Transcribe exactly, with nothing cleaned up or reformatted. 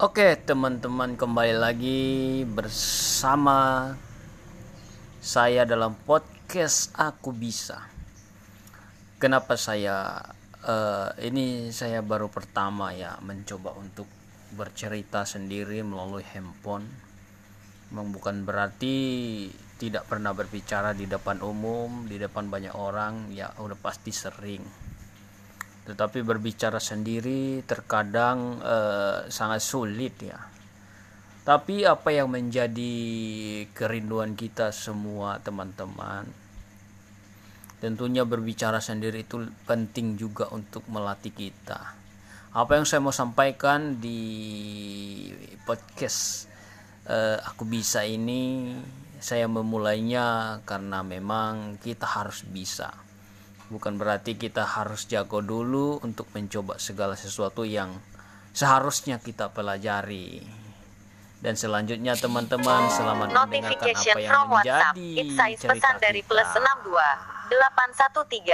Oke teman-teman, kembali lagi bersama saya dalam podcast Aku Bisa. Kenapa saya uh, ini saya baru pertama ya mencoba untuk bercerita sendiri melalui handphone. Memang bukan berarti tidak pernah berbicara di depan umum, di depan banyak orang, ya udah pasti sering. Tetapi berbicara sendiri terkadang eh, sangat sulit ya. Tapi apa yang menjadi kerinduan kita semua teman-teman, tentunya berbicara sendiri itu penting juga untuk melatih kita. Apa yang saya mau sampaikan di podcast eh, Aku Bisa ini, saya memulainya karena memang kita harus bisa. Bukan berarti kita harus jago dulu untuk mencoba segala sesuatu yang seharusnya kita pelajari. Dan selanjutnya teman-teman, selamat mendengarkan apa yang menjadi cerita kita. Pesan dari plus enam dua delapan satu tiga